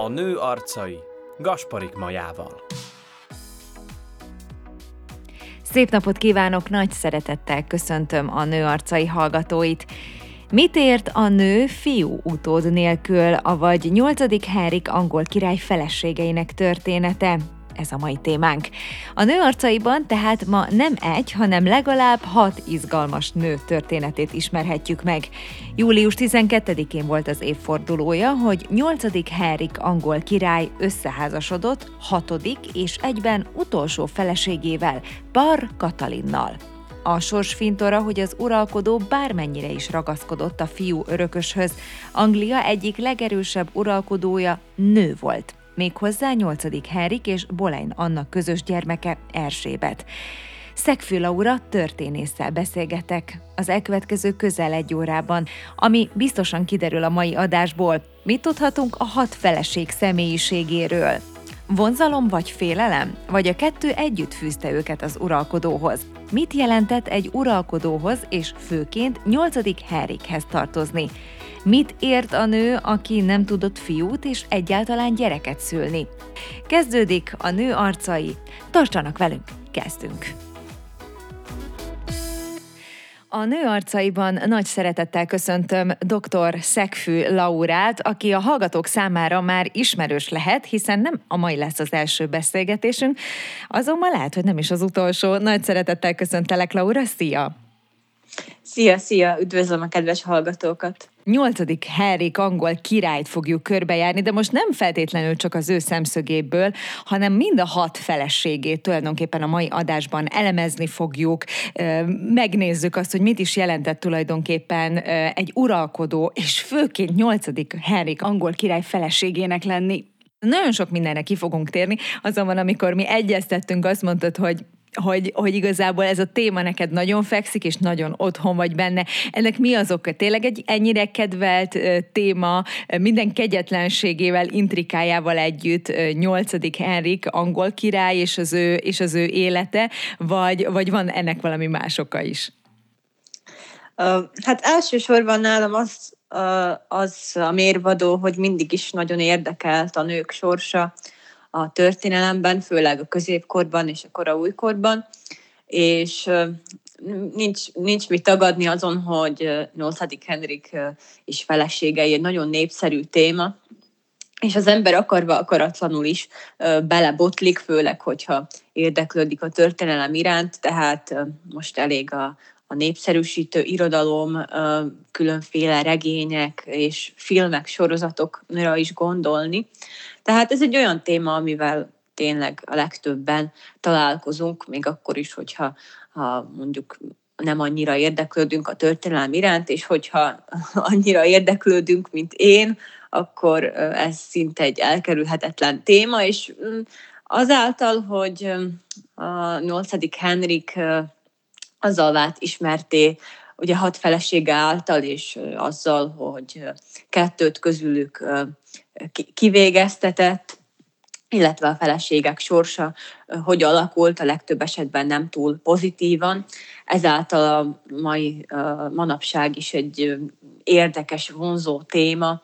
nő arcai Gasparik Majával. Szép napot kívánok, nagy szeretettel köszöntöm a Nő arcai hallgatóit. Mit ért a nő fiú utód nélkül, avagy 8. Henrik angol király feleségeinek története? Ez a mai témánk. A Nő arcaiban tehát ma nem egy, hanem legalább 6 izgalmas nő történetét ismerhetjük meg. Július 12-én volt az évfordulója, hogy 8. Henrik angol király összeházasodott 6. és egyben utolsó feleségével, Par Katalinnal. A sorsfintora, hogy az uralkodó bármennyire is ragaszkodott a fiú örököshöz, Anglia egyik legerősebb uralkodója nő volt. Méghozzá 8. Henrik és Boleyn Anna közös gyermeke Erzsébet. Szegfű Laura történésszel beszélgetek az elkövetkező közel 1 órában, ami biztosan kiderül a mai adásból. Mit tudhatunk a 6 feleség személyiségéről? Vonzalom vagy félelem? Vagy a kettő együtt fűzte őket az uralkodóhoz? Mit jelentett egy uralkodóhoz és főként 8. Henrikhez tartozni? Mit ért a nő, aki nem tudott fiút és egyáltalán gyereket szülni? Kezdődik a Nő arcai. Tartsanak velünk, kezdünk! A Nő arcaiban nagy szeretettel köszöntöm dr. Szegfű Laurát, aki a hallgatók számára már ismerős lehet, hiszen nem a mai lesz az első beszélgetésünk, azonban lehet, hogy nem is az utolsó. Nagy szeretettel köszöntelek, Laura, szia! Szia! Üdvözlöm a kedves hallgatókat! 8. Henrik angol királyt fogjuk körbejárni, de most nem feltétlenül csak az ő szemszögéből, hanem mind a 6 feleségét tulajdonképpen a mai adásban elemezni fogjuk, megnézzük azt, hogy mit is jelentett tulajdonképpen egy uralkodó, és főként 8. Henrik angol király feleségének lenni. Nagyon sok mindenre ki fogunk térni, azonban amikor mi egyeztettünk, azt mondtad, hogy igazából ez a téma neked nagyon fekszik, és nagyon otthon vagy benne. Ennek mi az oka? Tényleg egy ennyire kedvelt téma, minden kegyetlenségével, intrikájával együtt 8. Henrik angol király és az ő élete, vagy van ennek valami más oka is? Hát elsősorban nálam az a mérvadó, hogy mindig is nagyon érdekelt a nők sorsa a történelemben, főleg a középkorban és a kora újkorban, és nincs mit tagadni azon, hogy 8. Henrik és feleségei egy nagyon népszerű téma, és az ember akarva akaratlanul is belebotlik, főleg, hogyha érdeklődik a történelem iránt, tehát most elég a népszerűsítő irodalom, különféle regények és filmek, sorozatokra is gondolni. Tehát ez egy olyan téma, amivel tényleg a legtöbben találkozunk, még akkor is, hogyha mondjuk nem annyira érdeklődünk a történelem iránt, és hogyha annyira érdeklődünk, mint én, akkor ez szinte egy elkerülhetetlen téma, és azáltal, hogy a 8. Henrik azzal vált ismerté, ugye 6 felesége által, és azzal, hogy 2 közülük kivégeztetett, illetve a feleségek sorsa hogy alakult, a legtöbb esetben nem túl pozitívan. Ezáltal a manapság is egy érdekes, vonzó téma,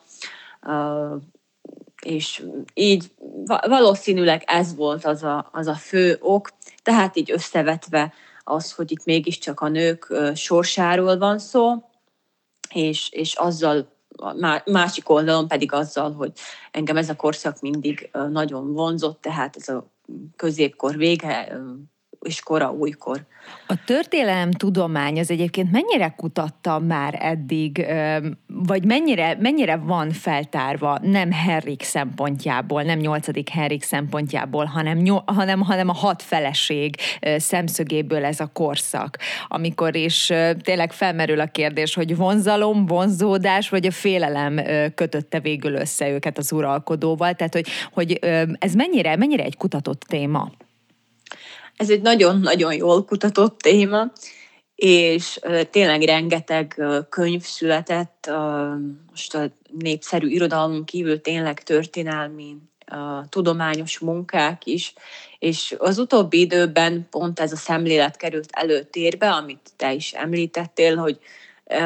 és így valószínűleg ez volt az a fő ok, tehát így összevetve az, hogy itt mégiscsak a nők sorsáról van szó, és azzal, másik oldalon pedig azzal, hogy engem ez a korszak mindig nagyon vonzott, tehát ez a középkor vége és kora újkor. A történelemtudomány az egyébként mennyire kutatta már eddig, vagy mennyire van feltárva nem Henrik szempontjából, nem 8. Henrik szempontjából, hanem a 6 feleség szemszögéből ez a korszak, amikor is tényleg felmerül a kérdés, hogy vonzalom, vonzódás, vagy a félelem kötötte végül össze őket az uralkodóval, tehát hogy ez mennyire egy kutatott téma? Ez egy nagyon-nagyon jól kutatott téma, és tényleg rengeteg könyv született, most a népszerű irodalmon kívül tényleg történelmi, tudományos munkák is, és az utóbbi időben pont ez a szemlélet került előtérbe, amit te is említettél, hogy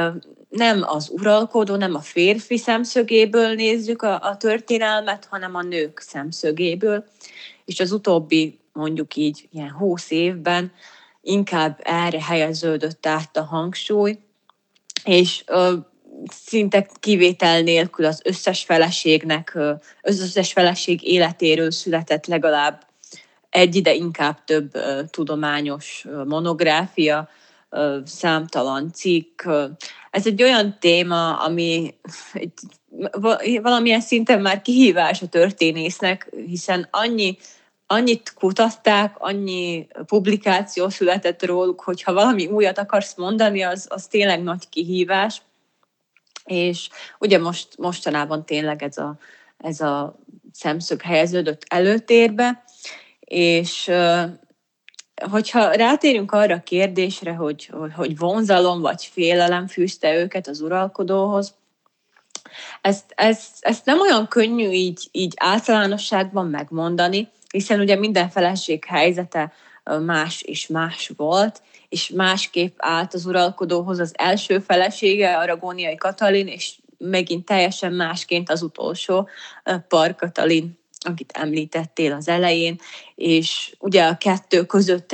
nem az uralkodó, nem a férfi szemszögéből nézzük a történelmet, hanem a nők szemszögéből, és az utóbbi, mondjuk így, ilyen 20 évben inkább erre helyeződött át a hangsúly, és szinte kivétel nélkül az összes feleségnek, az összes feleség életéről született legalább egy, ide inkább több tudományos monográfia, számtalan cikk. Ez egy olyan téma, ami valamilyen szinten már kihívás a történésznek, hiszen annyit kutatták, annyi publikáció született róluk, hogy ha valami újat akarsz mondani, az tényleg nagy kihívás. És ugye mostanában tényleg ez a szemszög helyeződött előtérbe, és hogyha rátérünk arra a kérdésre, hogy vonzalom vagy félelem fűzte őket az uralkodóhoz, ezt nem olyan könnyű így általánosságban megmondani, hiszen ugye minden feleség helyzete más és más volt, és másképp állt az uralkodóhoz az első felesége, Aragóniai Katalin, és megint teljesen másként az utolsó, Par Katalin, akit említettél az elején, és ugye a kettő között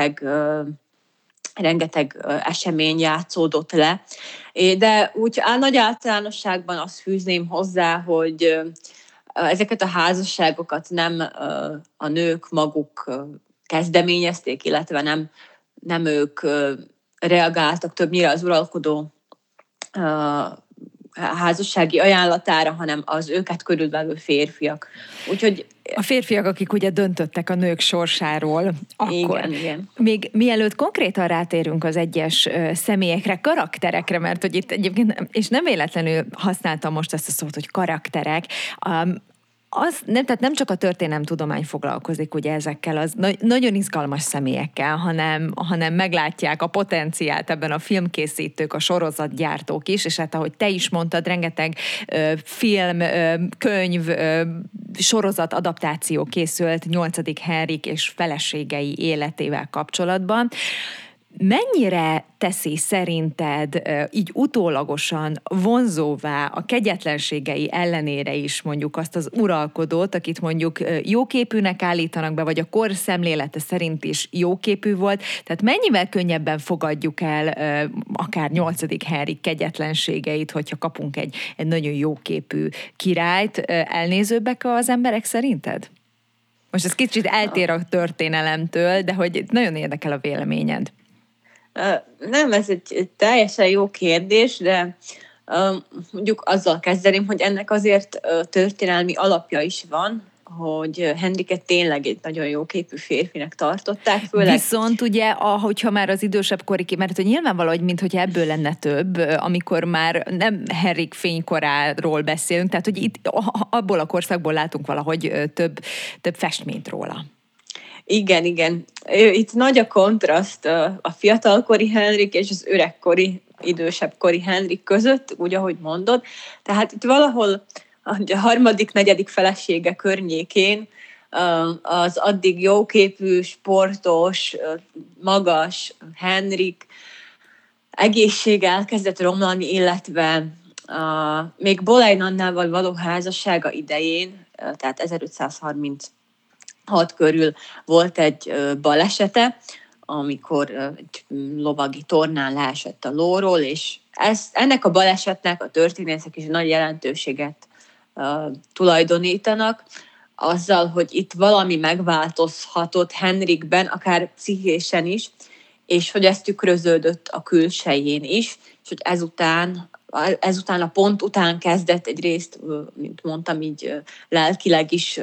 rengeteg esemény játszódott le. De úgy nagy általánosságban azt fűzném hozzá, hogy ezeket a házasságokat nem a nők maguk kezdeményezték, illetve nem ők reagáltak többnyire az uralkodó házassági ajánlatára, hanem az őket körülbelül férfiak. Úgyhogy a férfiak, akik ugye döntöttek a nők sorsáról akkor. Igen. Még mielőtt konkrétan rátérünk az egyes személyekre, karakterekre, mert hogy itt egyébként, és nem véletlenül használtam most ezt a szót, hogy karakterek, tehát nem csak a történelemtudomány foglalkozik ugye ezekkel az nagyon izgalmas személyekkel, hanem meglátják a potenciált ebben a filmkészítők, a sorozatgyártók is, és hát ahogy te is mondtad, rengeteg film, könyv, sorozat adaptáció készült 8. Henrik és feleségei életével kapcsolatban. Mennyire teszi szerinted így utólagosan vonzóvá a kegyetlenségei ellenére is mondjuk azt az uralkodót, akit mondjuk jóképűnek állítanak be, vagy a kor szemlélete szerint is jóképű volt, tehát mennyivel könnyebben fogadjuk el akár 8. Henrik kegyetlenségeit, hogyha kapunk egy nagyon jóképű királyt, elnézőbbek az emberek szerinted? Most ez kicsit eltér a történelemtől, de hogy nagyon érdekel a véleményed. Nem, ez egy teljesen jó kérdés, de mondjuk azzal kezdeném, hogy ennek azért történelmi alapja is van, hogy Henriket tényleg egy nagyon jóképű férfinek tartották. Főleg... Viszont ugye, hogyha már az idősebb kori, mert hogy nyilvánvaló, hogy mintha ebből lenne több, amikor már nem Henrik fénykoráról beszélünk, tehát hogy itt abból a korszakból látunk valahogy több festményt róla. Igen. Itt nagy a kontraszt a fiatalkori Henrik és az öregkori, idősebbkori Henrik között, úgy, ahogy mondod. Tehát itt valahol a harmadik, negyedik felesége környékén az addig jóképű, sportos, magas Henrik egészsége elkezdett romlani, illetve még Boleyn Annával való házassága idején, tehát 1536 körül volt egy balesete, amikor egy lovagi tornán leesett a lóról, és ennek a balesetnek a történészek is nagy jelentőséget tulajdonítanak, azzal, hogy itt valami megváltozhatott Henrikben, akár pszichésen is, és hogy ez tükröződött a külsején is, és hogy ezután a pont után kezdett egyrészt, mint mondtam, így lelkileg is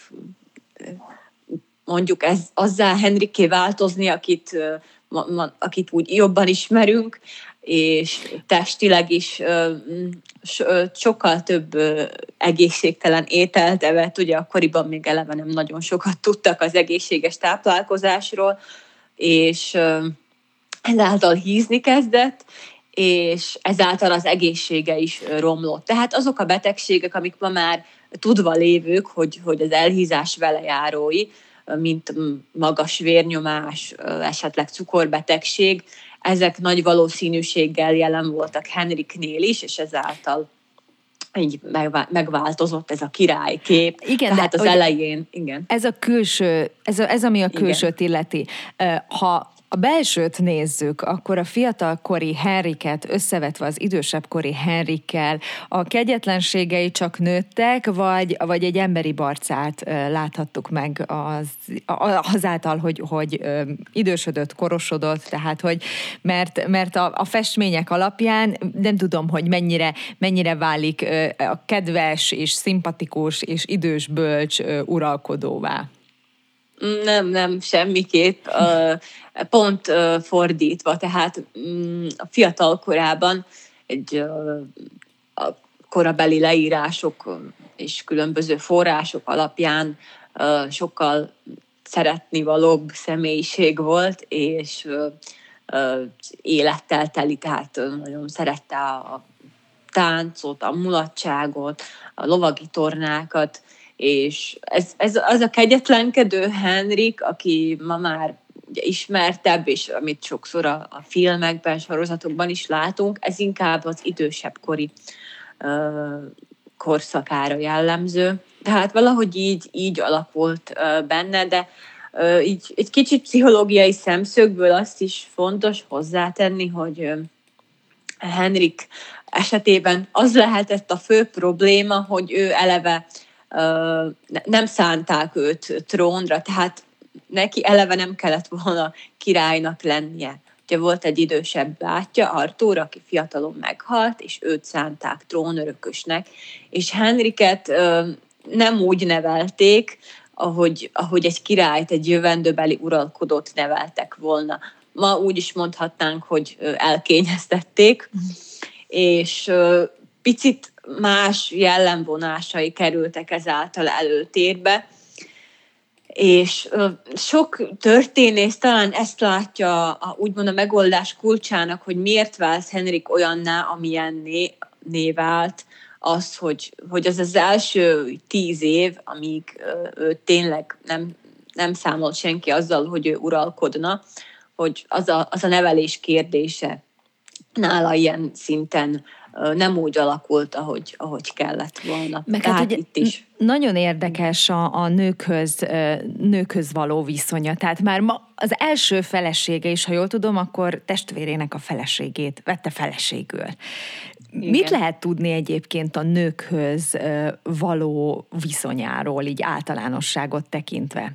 mondjuk ez azzá Henrikké változni, akit úgy jobban ismerünk, és testileg is sokkal több egészségtelen ételt evett, ugye akkoriban még eleve nem nagyon sokat tudtak az egészséges táplálkozásról, és ezáltal hízni kezdett, és ezáltal az egészsége is romlott. Tehát azok a betegségek, amik ma már tudva lévők, hogy az elhízás velejárói, mint magas vérnyomás, esetleg cukorbetegség, ezek nagy valószínűséggel jelen voltak Henriknél is, és ezáltal így megváltozott ez a királykép. Igen, tehát az elején, igen. Ez a külső, ez ami a külsőt illeti. Ha a belsőt nézzük, akkor a fiatalkori Henriket összevetve az idősebbkori Henrikkel a kegyetlenségei csak nőttek, vagy egy emberi barcát láthattuk meg azáltal, hogy idősödött, korosodott, tehát hogy mert a festmények alapján nem tudom, hogy mennyire válik a kedves és szimpatikus és idős bölcs uralkodóvá. Nem, semmiképp. Pont fordítva, tehát a fiatal korában a korabeli leírások és különböző források alapján sokkal szeretnivalóbb személyiség volt, és élettel teli, tehát nagyon szerette a táncot, a mulatságot, a lovagi tornákat, és ez az a kegyetlenkedő Henrik, aki ma már ugye ismertebb, és amit sokszor a filmekben, sorozatokban is látunk, ez inkább az idősebb kori korszakára jellemző. Tehát valahogy így alakult benne, de így egy kicsit pszichológiai szemszögből azt is fontos hozzátenni, hogy Henrik esetében az lehetett a fő probléma, hogy ő eleve nem szánták őt trónra, tehát neki eleve nem kellett volna királynak lennie. Ugye volt egy idősebb bátyja, Artúr, aki fiatalon meghalt, és őt szánták trónörökösnek, és Henriket nem úgy nevelték, ahogy egy királyt, egy jövendőbeli uralkodót neveltek volna. Ma úgy is mondhatnánk, hogy elkényeztették, és picit más jellemvonásai kerültek ezáltal előtérbe, és sok történész talán ezt látja úgymond a megoldás kulcsának, hogy miért vált Henrik olyanná, amilyenné vált, az, hogy az első 10 év, amíg ő tényleg nem számolt senki azzal, hogy ő uralkodna, hogy az a nevelés kérdése nála ilyen szinten nem úgy alakult, ahogy kellett volna. Meg tehát hát ugye itt is. Nagyon érdekes a nőkhöz való viszonya. Tehát már az első felesége is, ha jól tudom, akkor testvérének a feleségét vette feleségül. Igen. Mit lehet tudni egyébként a nőkhöz való viszonyáról, így általánosságot tekintve?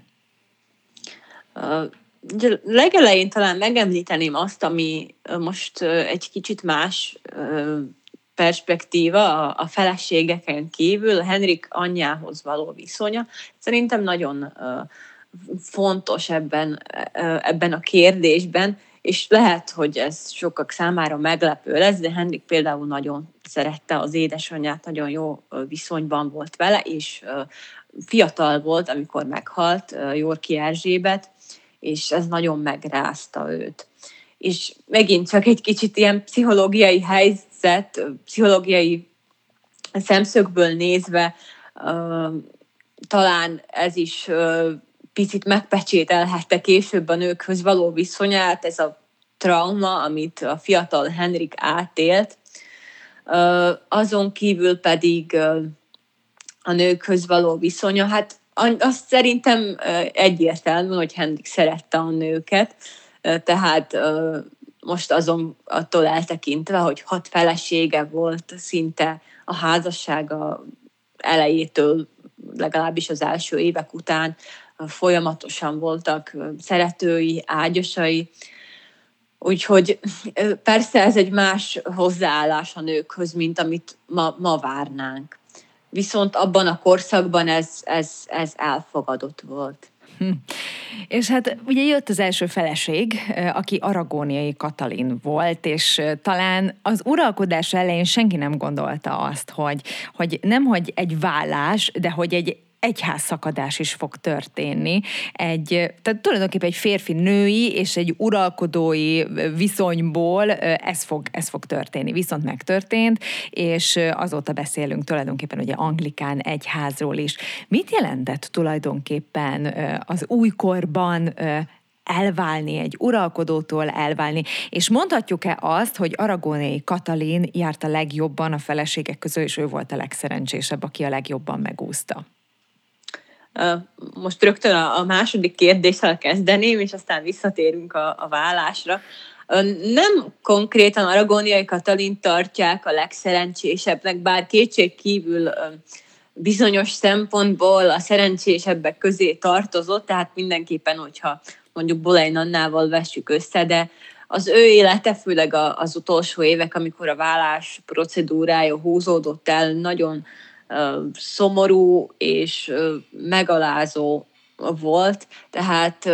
Legelején talán megemlíteném azt, ami most egy kicsit más perspektíva a feleségeken kívül, Henrik anyjához való viszonya. Szerintem nagyon fontos ebben a kérdésben, és lehet, hogy ez sokak számára meglepő lesz, de Henrik például nagyon szerette az édesanyját, nagyon jó viszonyban volt vele, és fiatal volt, amikor meghalt Yorki Erzsébet, és ez nagyon megrázta őt. És megint csak egy kicsit ilyen pszichológiai helyzet, pszichológiai szemszögből nézve, talán ez is picit megpecsételhette később a nőkhöz való viszonyát, ez a trauma, amit a fiatal Henrik átélt. Azon kívül pedig a nőkhöz való viszonya, hát azt szerintem egyértelmű, hogy Henrik szerette a nőket, tehát most attól eltekintve, hogy 6 felesége volt szinte a házassága elejétől, legalábbis az első évek után folyamatosan voltak szeretői, ágyasai, úgyhogy persze ez egy más hozzáállás a nőkhöz, mint amit ma várnánk. Viszont abban a korszakban ez elfogadott volt. És hát ugye jött az első feleség, aki aragóniai Katalin volt, és talán az uralkodás elején senki nem gondolta azt, hogy nemhogy egy vállás, de hogy egyházszakadás is fog történni. Tehát tulajdonképpen egy férfi-női és egy uralkodói viszonyból ez fog történni. Viszont megtörtént, és azóta beszélünk tulajdonképpen ugye anglikán egyházról is. Mit jelentett tulajdonképpen az újkorban elválni, egy uralkodótól elválni, és mondhatjuk-e azt, hogy Aragóniai Katalin járt a legjobban a feleségek közül, és ő volt a legszerencsésebb, aki a legjobban megúszta? Most rögtön a második kérdéssel kezdeném, és aztán visszatérünk a vállásra. Nem konkrétan Aragóniai Katalint tartják a legszerencsésebbnek, bár kétség kívül bizonyos szempontból a szerencsésebbek közé tartozott, tehát mindenképpen, hogyha mondjuk Boleyn Annával vessük össze, de az ő élete, főleg az utolsó évek, amikor a vállás procedúrája húzódott el, nagyon szomorú és megalázó volt, tehát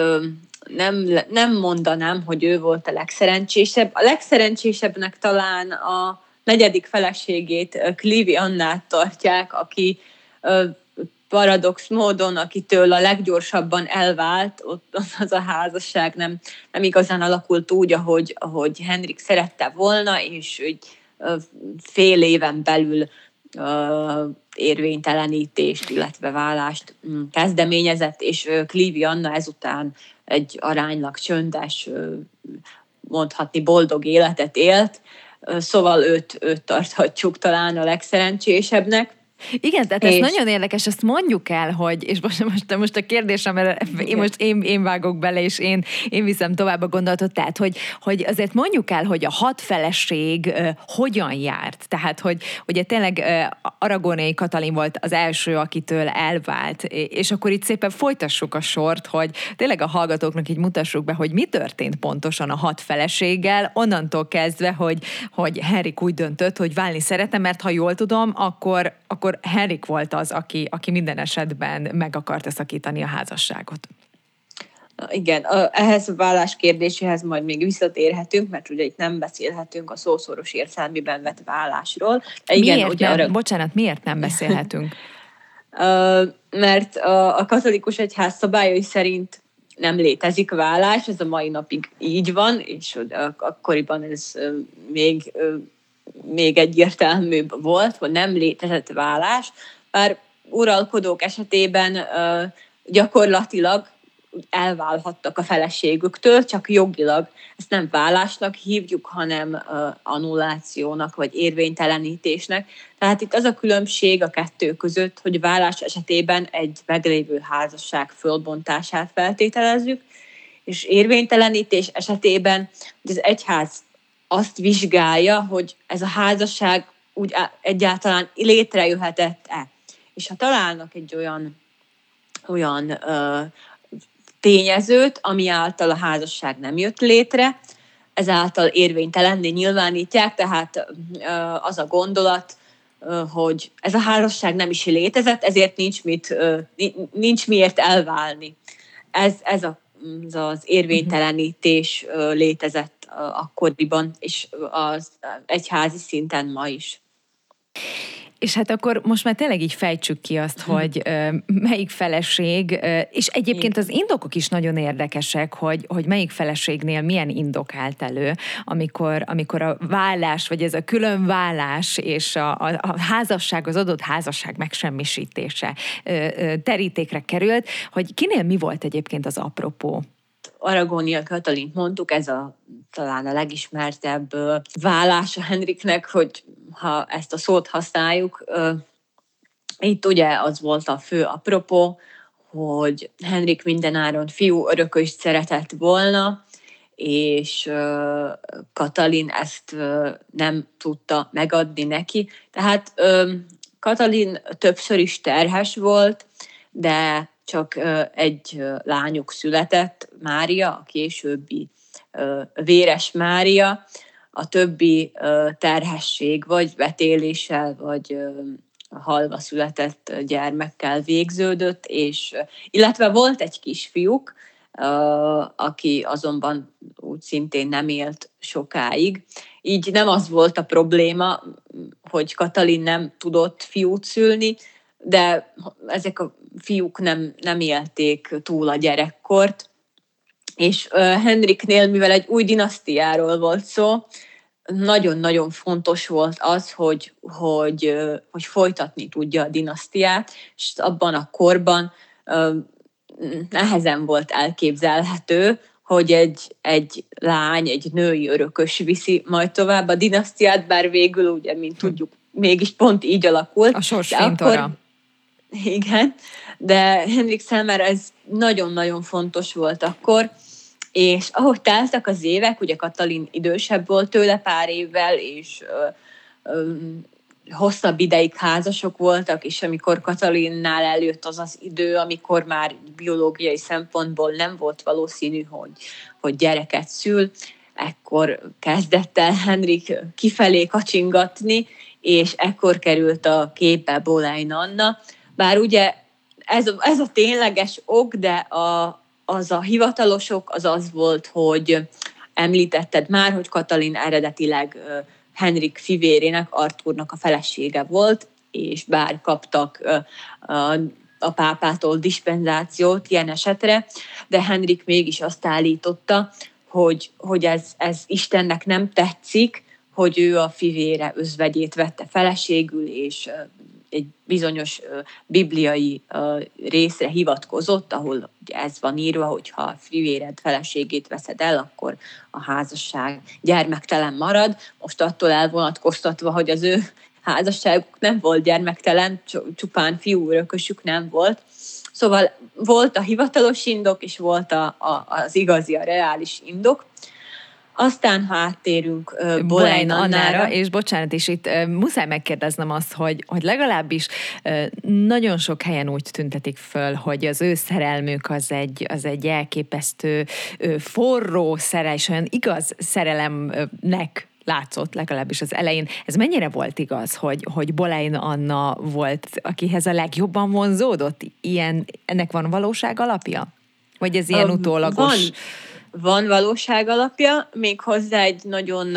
nem mondanám, hogy ő volt a legszerencsésebb. A legszerencsésebbnek talán a negyedik feleségét, Clivi Annát tartják, aki paradox módon, akitől a leggyorsabban elvált, ott az a házasság nem igazán alakult úgy, ahogy Henrik szerette volna, és fél éven belül érvénytelenítést, illetve válást kezdeményezett, és Clivi Anna ezután egy aránylag csöndes, mondhatni boldog életet élt, szóval őt tarthatjuk talán a legszerencsésebbnek. Igen, tehát ez nagyon érdekes, ezt mondjuk el, hogy, és most a kérdésem, mert én vágok bele, és én viszem tovább a gondolatot, tehát, hogy azért mondjuk el, hogy a 6 feleség hogyan járt, tehát, hogy ugye tényleg Aragóniai Katalin volt az első, akitől elvált, és akkor itt szépen folytassuk a sort, hogy tényleg a hallgatóknak így mutassuk be, hogy mi történt pontosan a 6 feleséggel, onnantól kezdve, hogy Henrik úgy döntött, hogy válni szeretne, mert ha jól tudom, akkor Henrik volt az, aki minden esetben meg akarta szakítani a házasságot. Igen, ehhez a vállás kérdéséhez majd még visszatérhetünk, mert ugye itt nem beszélhetünk a szószoros értelmében vett vállásról. Miért nem beszélhetünk? Mert a katolikus egyház szabályai szerint nem létezik vállás, ez a mai napig így van, és akkoriban ez még egyértelműbb volt, hogy nem létezett vállás, bár uralkodók esetében gyakorlatilag elválhattak a feleségüktől, csak jogilag ezt nem vállásnak hívjuk, hanem annullációnak vagy érvénytelenítésnek. Tehát itt az a különbség a kettő között, hogy vállás esetében egy meglévő házasság fölbontását feltételezzük, és érvénytelenítés esetében az egyház azt vizsgálja, hogy ez a házasság úgy egyáltalán létrejöhetett-e. És ha találnak egy olyan tényezőt, ami által a házasság nem jött létre, ezáltal érvénytelenné nyilvánítják, tehát az a gondolat, hogy ez a házasság nem is létezett, ezért nincs miért elválni. Ez az érvénytelenítés létezett akkoriban, és az egyházi szinten ma is. És hát akkor most már tényleg így fejtsük ki azt, hogy melyik feleség, és egyébként az indokok is nagyon érdekesek, hogy melyik feleségnél milyen indok állt elő, amikor a vállás, vagy ez a különvállás és a házasság, az adott házasság megsemmisítése terítékre került, hogy kinél mi volt egyébként az apropó? Aragóniai Katalint mondtuk, ez talán a legismertebb vállása Henriknek, hogy ha ezt a szót használjuk. Itt ugye az volt a fő apropó, hogy Henrik mindenáron fiú örököst szeretett volna, és Katalin ezt nem tudta megadni neki. Tehát Katalin többször is terhes volt, de csak egy lányuk született, Mária, a későbbi Véres Mária, a többi terhesség vagy vetéléssel, vagy halva született gyermekkel végződött, illetve volt egy kisfiúk, aki azonban úgy szintén nem élt sokáig. Így nem az volt a probléma, hogy Katalin nem tudott fiút szülni, de ezek a fiúk nem élték túl a gyerekkort, és Henriknél, mivel egy új dinasztiáról volt szó, nagyon-nagyon fontos volt az, hogy folytatni tudja a dinasztiát, és abban a korban nehezen volt elképzelhető, hogy egy lány, egy női örökös viszi majd tovább a dinasztiát, bár végül, ugye, mint tudjuk, mégis pont így alakult. A sors fintora. Igen, de Henrik számára ez nagyon-nagyon fontos volt akkor, és ahogy teltek az évek, ugye Katalin idősebb volt tőle pár évvel, és hosszabb ideig házasok voltak, és amikor Katalinnál eljött az az idő, amikor már biológiai szempontból nem volt valószínű, hogy gyereket szül, ekkor kezdett el Henrik kifelé kacsingatni, és ekkor került a képbe Boleyn Anna. Bár ugye ez a tényleges ok, de az a hivatalos ok az volt, hogy említetted már, hogy Katalin eredetileg Henrik fivérének, Arthurnak a felesége volt, és bár kaptak a pápától dispenzációt ilyen esetre, de Henrik mégis azt állította, hogy ez Istennek nem tetszik, hogy ő a fivére özvegyét vette feleségül, és egy bizonyos bibliai részre hivatkozott, ahol ez van írva, hogy ha a fivéred feleségét veszed el, akkor a házasság gyermektelen marad. Most attól elvonatkoztatva, hogy az ő házasságuk nem volt gyermektelen, csupán fiúörökösük nem volt. Szóval volt a hivatalos indok, és volt az igazi, a reális indok. Aztán, ha áttérünk Boleyn Annára. És bocsánat, és itt muszáj megkérdeznem azt, hogy legalábbis nagyon sok helyen úgy tüntetik föl, hogy az ő szerelmük az egy elképesztő forró szerelem, és olyan igaz szerelemnek látszott, legalábbis az elején. Ez mennyire volt igaz, hogy Boleyn Anna volt, akihez a legjobban vonzódott? Ennek van valóság alapja? Vagy ez ilyen utólagos? Van valóság alapja, méghozzá egy nagyon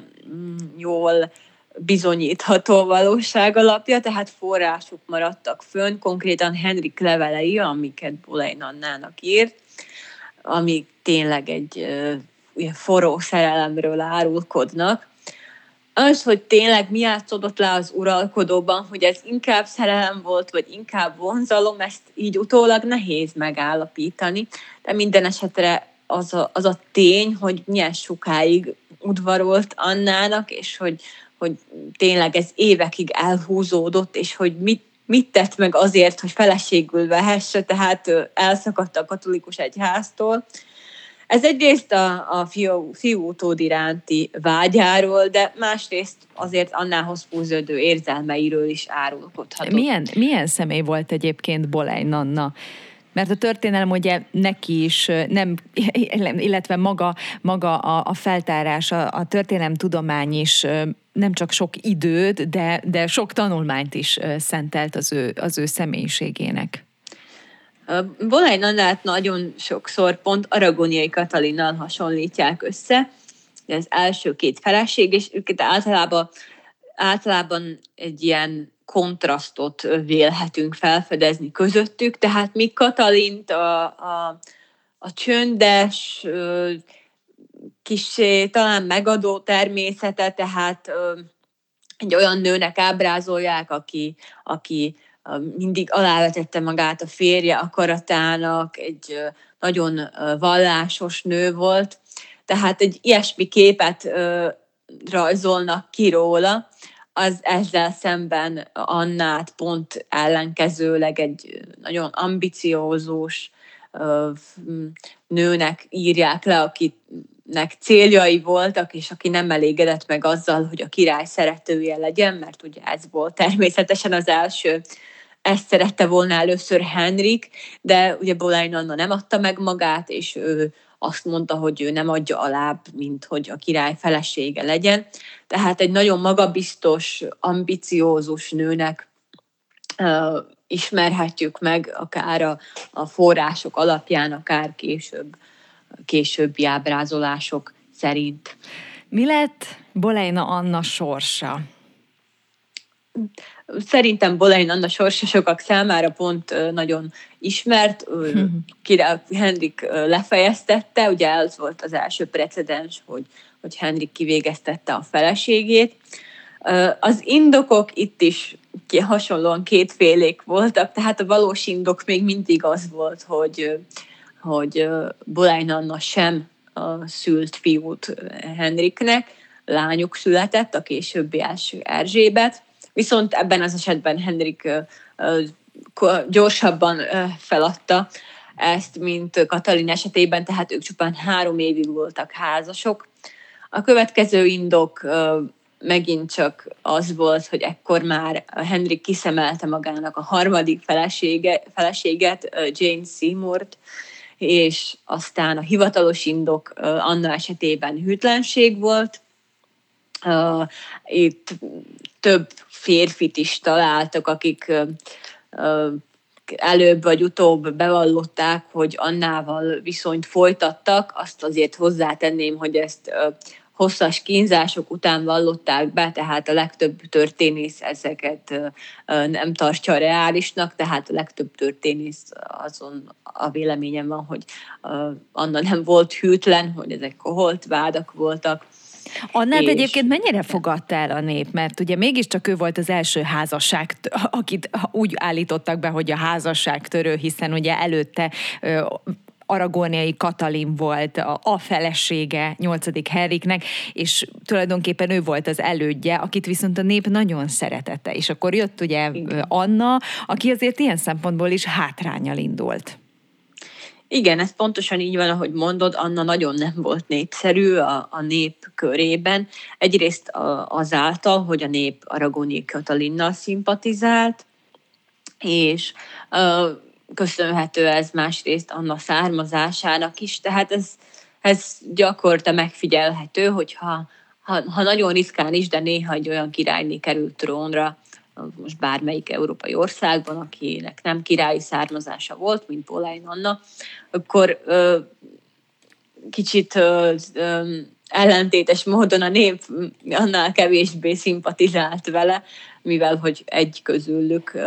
jól bizonyítható valóság alapja, tehát források maradtak fönn, konkrétan Henrik levelei, amiket Boleyn Annának írt, amik tényleg egy forró szerelemről árulkodnak. Az, hogy tényleg mi játszódott le az uralkodóban, hogy ez inkább szerelem volt, vagy inkább vonzalom, ezt így utólag nehéz megállapítani, de minden esetre az a tény, hogy milyen sokáig udvarolt Annának, és hogy tényleg ez évekig elhúzódott, és hogy mit tett meg azért, hogy feleségül vehesse, tehát elszakadt a katolikus egyháztól. Ez egyrészt a fiú utód iránti vágyáról, de másrészt azért Annához fűződő érzelmeiről is árulkodhatott. Milyen személy volt egyébként Boleyn Anna? Mert a történelem ugye neki is nem, illetve maga a feltárás, a történelemtudomány is nem csak sok időt, de sok tanulmányt is szentelt az ő személyiségének. Boleyn Annát nagyon sokszor pont aragóniai Katalinnal hasonlítják össze, az első két feleség, és őket általában egy ilyen kontrasztot vélhetünk felfedezni közöttük, tehát míg Katalint a csöndes, kissé talán megadó természete, tehát egy olyan nőnek ábrázolják, aki mindig alávetette magát a férje akaratának, egy nagyon vallásos nő volt, tehát egy ilyesmi képet rajzolnak ki róla, az ezzel szemben Annát pont ellenkezőleg egy nagyon ambiciózus nőnek írják le, akinek céljai voltak, és aki nem elégedett meg azzal, hogy a király szeretője legyen, mert ugye ez volt természetesen az első. Ezt szerette volna először Henrik, de ugye Boleyn Anna nem adta meg magát, és ő azt mondta, hogy ő nem adja alább, mint hogy a király felesége legyen. Tehát egy nagyon magabiztos, ambiciózus nőnek ismerhetjük meg, akár a források alapján, akár későbbi ábrázolások szerint. Mi lett Boleyn Anna sorsa? Szerintem Boleyn Anna sorsa sokak számára pont nagyon ismert. Király Henrik lefejeztette, ugye ez volt az első precedens, hogy Henrik kivégeztette a feleségét. Az indokok itt is hasonlóan kétfélék voltak, tehát a valós indok még mindig az volt, hogy Boleyn Anna sem szült fiút Henriknek, lányuk született, a későbbi első Erzsébet, viszont ebben az esetben Henrik gyorsabban feladta ezt, mint Katalin esetében, tehát ők csupán 3 évig voltak házasok. A következő indok megint csak az volt, hogy ekkor már Henrik kiszemelte magának a harmadik feleséget, Jane Seymourt, és aztán a hivatalos indok Anna esetében hűtlenség volt. Itt több férfit is találtak, akik előbb vagy utóbb bevallották, hogy Annával viszonyt folytattak. Azt azért hozzátenném, hogy ezt hosszas kínzások után vallották be, tehát a legtöbb történész ezeket nem tartja reálisnak, tehát a legtöbb történész azon a véleményem van, hogy Anna nem volt hűtlen, hogy ezek koholt vádak voltak. Annát egyébként mennyire fogadta el a nép? Mert ugye mégiscsak ő volt az első házasság, akit úgy állítottak be, hogy a házasságtörő, hiszen ugye előtte aragóniai Katalin volt a felesége 8. Henriknek, és tulajdonképpen ő volt az elődje, akit viszont a nép nagyon szeretette. És akkor jött ugye Anna, aki azért ilyen szempontból is hátránnyal indult. Igen, ez pontosan így van, ahogy mondod, Anna nagyon nem volt népszerű a nép körében. Egyrészt azáltal, hogy a nép aragóniai Katalinnal szimpatizált, és köszönhető ez másrészt Anna származásának is, tehát ez gyakorta megfigyelhető, hogy ha nagyon ritkán is, de néha egy olyan királyné került trónra, most bármelyik európai országban, akinek nem királyi származása volt, mint Boleyn Anna, akkor kicsit ellentétes módon a nép annál kevésbé szimpatizált vele, mivel hogy egy közülük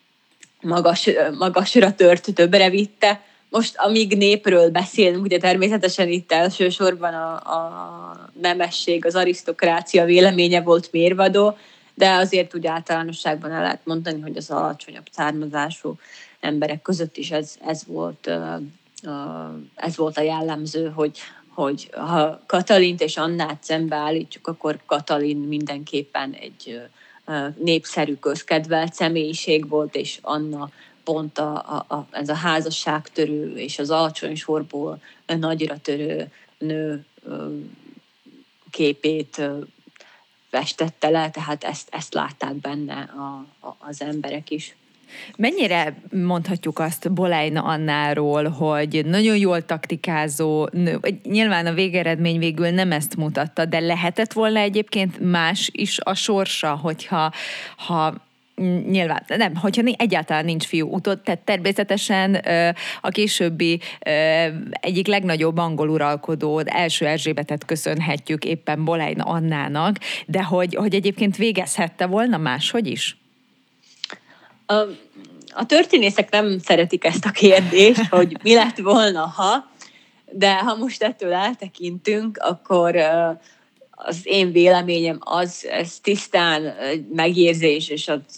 magasra tört, többre vitte. Most, amíg népről beszélünk, ugye természetesen itt elsősorban a nemesség, az arisztokrácia véleménye volt mérvadó, de azért úgy általánosságban el lehet mondani, hogy az alacsonyabb származású emberek között is ez volt a jellemző, hogy ha Katalint és Annát szembeállítjuk, akkor Katalin mindenképpen egy népszerű, közkedvelt személyiség volt, és Anna pont ez a házasságtörő és az alacsony sorból nagyra törő nő képét festette le, tehát ezt látták benne az emberek is. Mennyire mondhatjuk azt Boleyn Annáról, hogy nagyon jól taktikázó nő? Nyilván a végeredmény végül nem ezt mutatta, de lehetett volna egyébként más is a sorsa, hogyha nyilván, nem, hogyha egyáltalán nincs fiú utód, tehát természetesen a későbbi egyik legnagyobb angol uralkodó, első Erzsébetet köszönhetjük éppen Boleyn Annának, de hogy egyébként végezhette volna máshogy is? A történészek nem szeretik ezt a kérdést, hogy mi lett volna, de ha most ettől eltekintünk, akkor az én véleményem ez tisztán megérzés, és az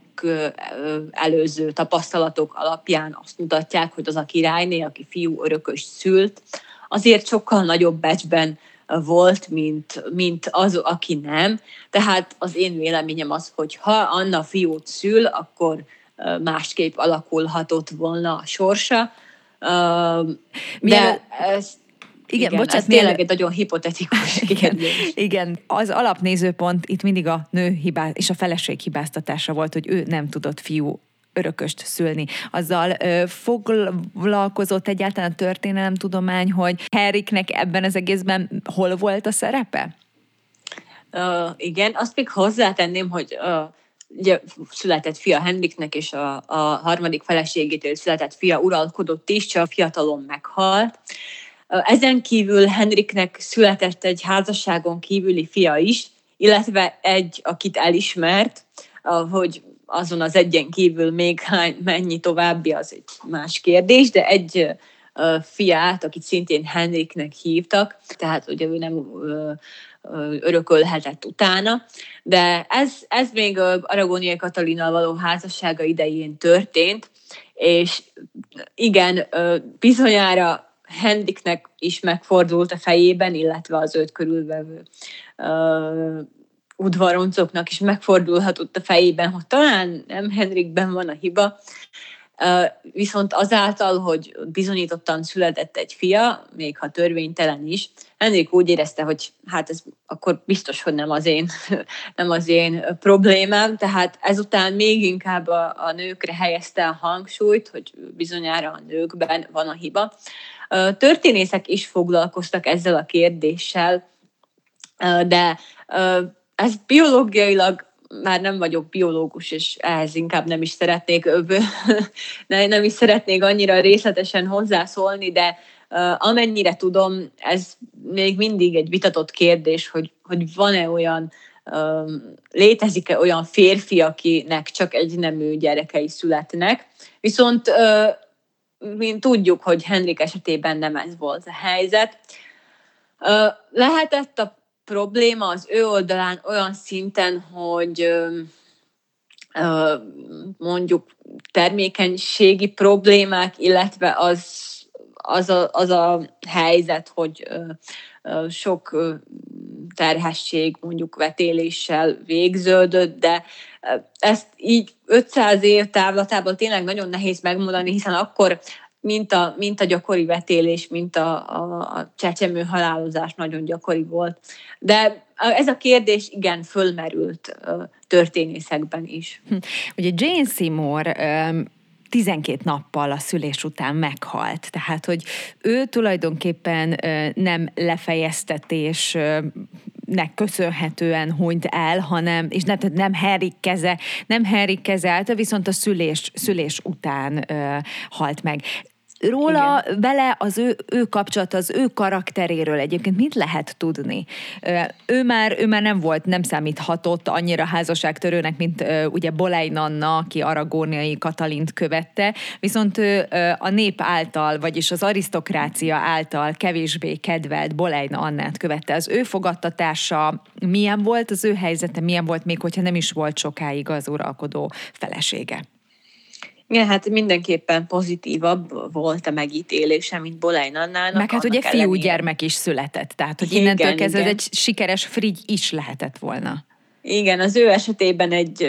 előző tapasztalatok alapján azt mutatják, hogy az a királyné, aki fiú örököst szült, azért sokkal nagyobb becsben volt, mint az, aki nem. Tehát az én véleményem az, hogy ha Anna fiút szül, akkor másképp alakulhatott volna a sorsa. De igen, ez tényleg egy nagyon hipotetikus kérdés. Igen, az alapnézőpont itt mindig a nő és a feleség hibáztatása volt, hogy ő nem tudott fiú örököst szülni. Azzal foglalkozott egyáltalán a történelemtudomány, hogy Henriknek ebben az egészben hol volt a szerepe? Igen, azt még hozzátenném, hogy ugye született fia Henriknek, és a harmadik feleségétől született fia uralkodott is, csak fiatalon meghalt. Ezen kívül Henriknek született egy házasságon kívüli fia is, illetve egy, akit elismert, hogy azon az egyen kívül még mennyi további, az egy más kérdés, de egy fiát, akit szintén Henriknek hívtak, tehát ugye ő nem örökölhetett utána, de ez még Aragóniai Katalinnal való házassága idején történt, és igen, bizonyára Henriknek is megfordult a fejében, illetve az őt körülvevő udvaroncoknak is megfordulhatott a fejében, hogy talán nem Henrikben van a hiba, viszont azáltal, hogy bizonyítottan született egy fia, még ha törvénytelen is, Henrik úgy érezte, hogy hát ez akkor biztos, hogy nem az én problémám, tehát ezután még inkább a nőkre helyezte a hangsúlyt, hogy bizonyára a nőkben van a hiba. Történészek is foglalkoztak ezzel a kérdéssel, de ez biológiailag már nem vagyok biológus, és ehhez inkább nem is szeretnék annyira részletesen hozzászólni, de amennyire tudom, ez még mindig egy vitatott kérdés, hogy van-e olyan, létezik-e olyan férfi, akinek csak egynemű gyerekei születnek. Viszont mint tudjuk, hogy Henrik esetében nem ez volt a helyzet. Lehetett a probléma az ő oldalán olyan szinten, hogy mondjuk termékenységi problémák, illetve az a helyzet, hogy sok terhesség mondjuk vetéléssel végződött, de ezt így 500 év távlatában tényleg nagyon nehéz megmondani, hiszen akkor mint a gyakori vetélés, mint a csecsemő halálozás nagyon gyakori volt. De ez a kérdés igen fölmerült történészekben is. Ugye Jane Seymour 12 nappal a szülés után meghalt. Tehát, hogy ő tulajdonképpen nem lefejeztetésnek köszönhetően hunyt el, hanem, és nem Henrik keze által, viszont a szülés után halt meg. Róla, igen, vele az ő kapcsolata, az ő karakteréről egyébként mit lehet tudni? Ő már nem számíthatott annyira házasságtörőnek, mint ugye Boleyn Anna, aki aragóniai Katalint követte, viszont a nép által, vagyis az arisztokrácia által kevésbé kedvelt Boleyn Annát követte. Az ő fogadtatása milyen volt, az ő helyzete milyen volt, még hogyha nem is volt sokáig az uralkodó felesége? Igen, hát mindenképpen pozitívabb volt a megítélése, mint Boleyn Annának. Meg hát ugye fiúgyermek is született, tehát hogy innentől kezdve ez egy sikeres frigy is lehetett volna. Igen, az ő esetében egy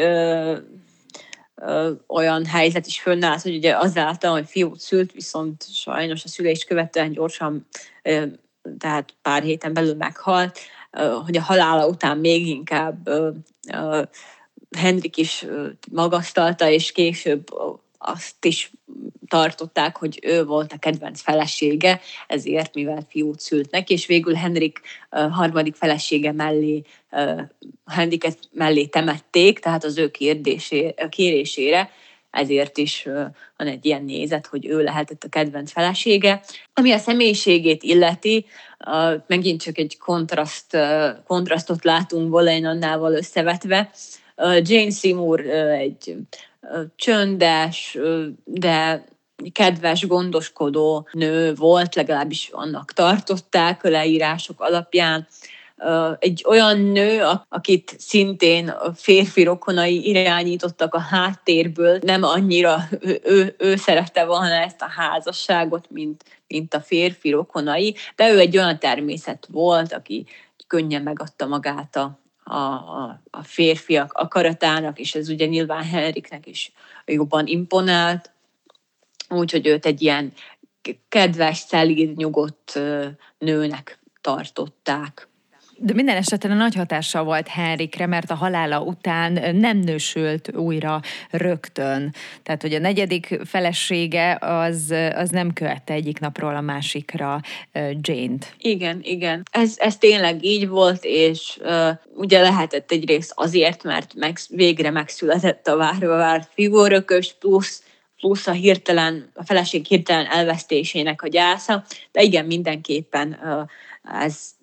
olyan helyzet is fönnállt, hogy ugye azáltal, hogy fiút szült, viszont sajnos a szülést követően gyorsan, tehát pár héten belül meghalt, hogy a halála után még inkább Henrik is magasztalta, és később azt is tartották, hogy ő volt a kedvenc felesége, ezért, mivel fiút szült neki, és végül Henrik harmadik felesége Henriket mellé temették, tehát az ő kérésére, ezért is van egy ilyen nézet, hogy ő lehetett a kedvenc felesége. Ami a személyiségét illeti, megint csak egy kontrasztot látunk Boleyn Annával összevetve. Jane Seymour egy csöndes, de kedves, gondoskodó nő volt, legalábbis annak tartották a leírások alapján. Egy olyan nő, akit szintén férfi rokonai irányítottak a háttérből, nem annyira ő szerette volna ezt a házasságot, mint a férfi rokonai, de ő egy olyan természet volt, aki könnyen megadta magát a férfiak akaratának, és ez ugye nyilván Henriknek is jobban imponált, úgyhogy őt egy ilyen kedves, szelíd, nyugodt nőnek tartották. De minden esetben nagy hatással volt Henrikre, mert a halála után nem nősült újra rögtön. Tehát, hogy a negyedik felesége az nem követte egyik napról a másikra Jane-t. Igen. Ez tényleg így volt, és ugye lehetett egyrészt azért, mert végre megszületett a várva várt figurörökös, plusz a feleség hirtelen elvesztésének a gyásza, de igen, mindenképpen ez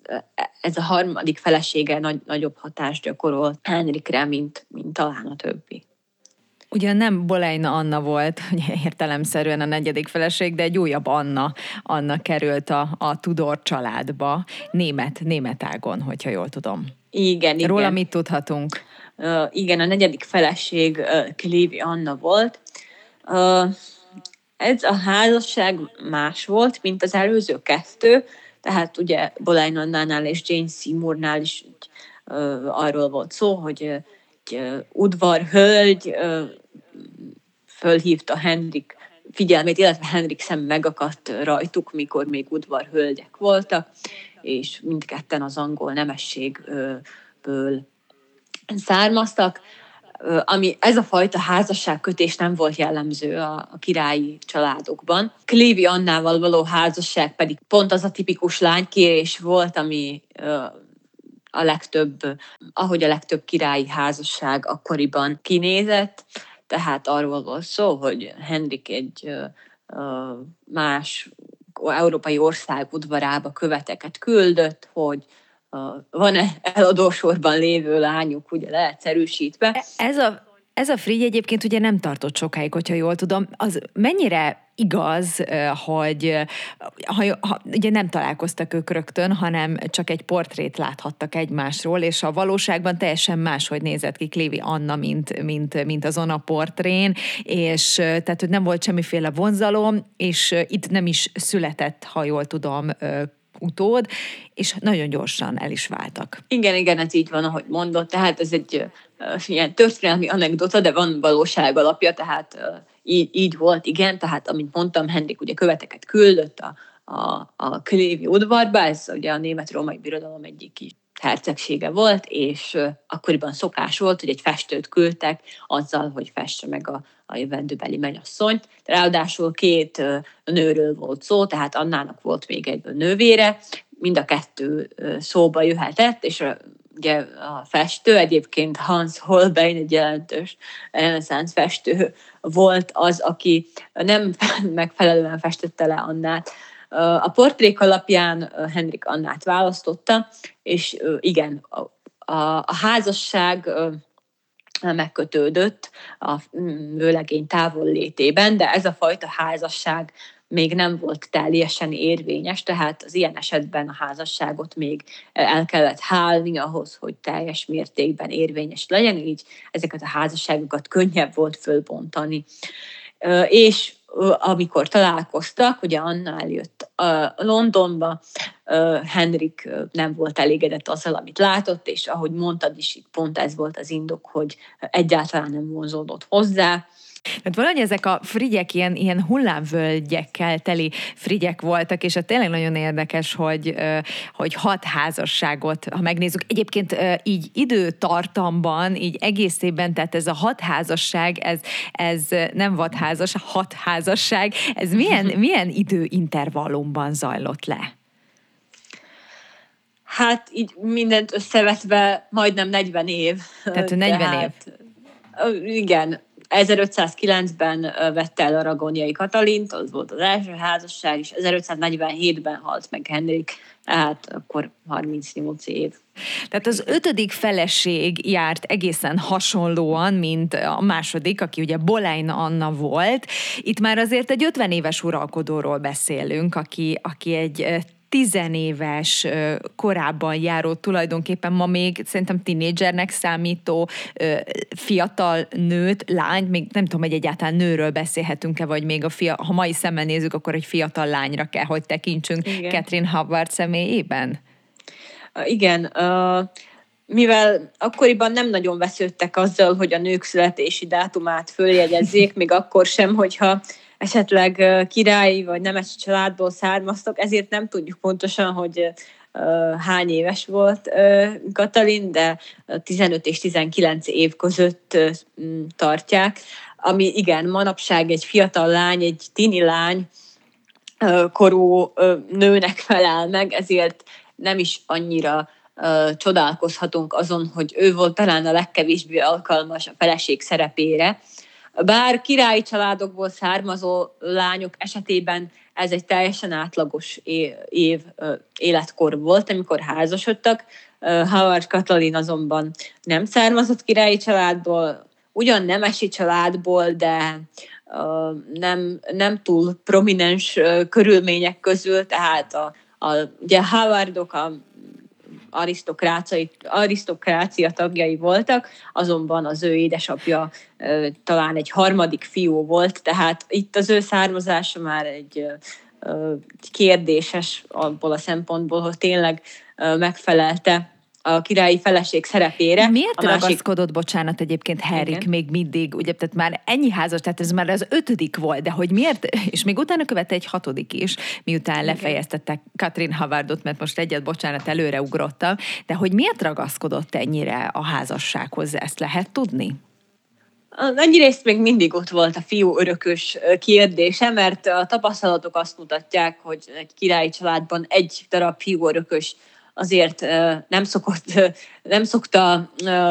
ez a harmadik felesége nagyobb hatást gyakorolt Henrikre, mint talán a többi. Ugyan nem Boleyn Anna volt, ugye értelemszerűen a negyedik feleség, de egy újabb Anna került a Tudor családba, német ágon, hogyha jól tudom. Igen. Róla mit tudhatunk? Igen, a negyedik feleség Clévy Anna volt. Ez a házasság más volt, mint az előző kettő, tehát ugye Boleyn Annánál és Jane Seymournál is arról volt szó, hogy egy udvarhölgy fölhívta Henrik figyelmét, illetve Henrik szem megakadt rajtuk, mikor még udvarhölgyek voltak, és mindketten az angol nemességből származtak. Ez a fajta házasságkötés nem volt jellemző a királyi családokban. Clévy Annával való házasság pedig pont az a tipikus lánykérés volt, ami ahogy a legtöbb királyi házasság akkoriban kinézett, tehát arról volt szó, hogy Henrik egy más európai ország udvarába követeket küldött, hogy van-e eladósorban lévő lányuk, ugye leegyszerűsítve. Ez a Frigy egyébként ugye nem tartott sokáig, hogyha jól tudom. Az mennyire igaz, hogy ugye nem találkoztak ők rögtön, hanem csak egy portrét láthattak egymásról, és a valóságban teljesen máshogy nézett ki Clévy Anna, mint azon a portrén, és tehát, hogy nem volt semmiféle vonzalom, és itt nem is született, ha jól tudom, utód, és nagyon gyorsan el is váltak. Igen, ez így van, ahogy mondott, tehát ez egy ilyen történelmi anekdota, de van valóság alapja, tehát így volt, igen, tehát amint mondtam, Henrik ugye követeket küldött a Clévy udvarba, ez ugye a német-római birodalom egyik kis hercegsége volt, és akkoriban szokás volt, hogy egy festőt küldtek azzal, hogy fesse meg a jövendőbeli mennyasszonyt. Ráadásul 2 nőről volt szó, tehát Annának volt még egy nővére, mind a 2 szóba jöhetett, és ugye a festő, egyébként Hans Holbein, egy jelentős reneszánsz festő volt az, aki nem megfelelően festette le Annát. A portrék alapján Henrik Annát választotta, és igen, a házasság megkötődött a vőlegény távollétében, de ez a fajta házasság még nem volt teljesen érvényes, tehát az ilyen esetben a házasságot még el kellett hálni ahhoz, hogy teljes mértékben érvényes legyen, így ezeket a házasságokat könnyebb volt fölbontani. És amikor találkoztak, ugye Anna eljött Londonba, Henrik nem volt elégedett azzal, amit látott, és ahogy mondtad is, pont ez volt az indok, hogy egyáltalán nem vonzódott hozzá. Tehát valahogy ezek a frigyek ilyen hullámvölgyekkel teli frigyek voltak, és tényleg nagyon érdekes, hogy 6 házasságot, ha megnézzük, egyébként így időtartamban, így egész évben, tehát ez a 6 házasság, ez nem vadházas, 6 házasság, ez milyen időintervallumban zajlott le? Hát így mindent összevetve majdnem 40 év. Tehát 40 év. Igen. 1509-ben vette el Aragóniai Katalint, az volt az első házasság, és 1547-ben halt meg Henrik, tehát akkor 38 év. Tehát az 5. feleség járt egészen hasonlóan, mint a második, aki ugye Boleyn Anna volt. Itt már azért egy 50 éves uralkodóról beszélünk, aki egy 10 éves korábban járó, tulajdonképpen ma még szerintem tínédzsernek számító fiatal nőt, lányt, még nem tudom, hogy egyáltalán nőről beszélhetünk-e, vagy még ha mai szemmel nézzük, akkor egy fiatal lányra kell, hogy tekintsünk. Igen. Catherine Howard személyében? Igen, mivel akkoriban nem nagyon vesződtek azzal, hogy a nők születési dátumát följegyezzék, még akkor sem, hogyha esetleg királyi vagy nemesi családból származtak, ezért nem tudjuk pontosan, hogy hány éves volt Katalin, de 15 és 19 év között tartják, ami igen, manapság egy fiatal lány, egy tini lány korú nőnek felel meg, ezért nem is annyira csodálkozhatunk azon, hogy ő volt talán a legkevésbé alkalmas a feleség szerepére. Bár királyi családokból származó lányok esetében ez egy teljesen átlagos életkor volt, amikor házasodtak. Howard Katalin azonban nem származott királyi családból, ugyan nemesi családból, de nem túl prominens körülmények közül, tehát ugye Howardok arisztokrácia tagjai voltak, azonban az ő édesapja talán egy harmadik fiú volt, tehát itt az ő származása már egy kérdéses abból a szempontból, hogy tényleg megfelelte a királyi feleség szerepére. Miért ragaszkodott, bocsánat, egyébként Henrik még mindig, ugye, tehát már ennyi házas, tehát ez már az 5. volt, de hogy miért, és még utána követte egy 6. is, miután lefejeztettek Catherine Howardot, mert most bocsánat, előre ugrottam, de hogy miért ragaszkodott ennyire a házassághoz, ezt lehet tudni? Egyrészt még mindig ott volt a fiú örökös kérdése, mert a tapasztalatok azt mutatják, hogy egy királyi családban egy darab fiú örökös azért nem szokta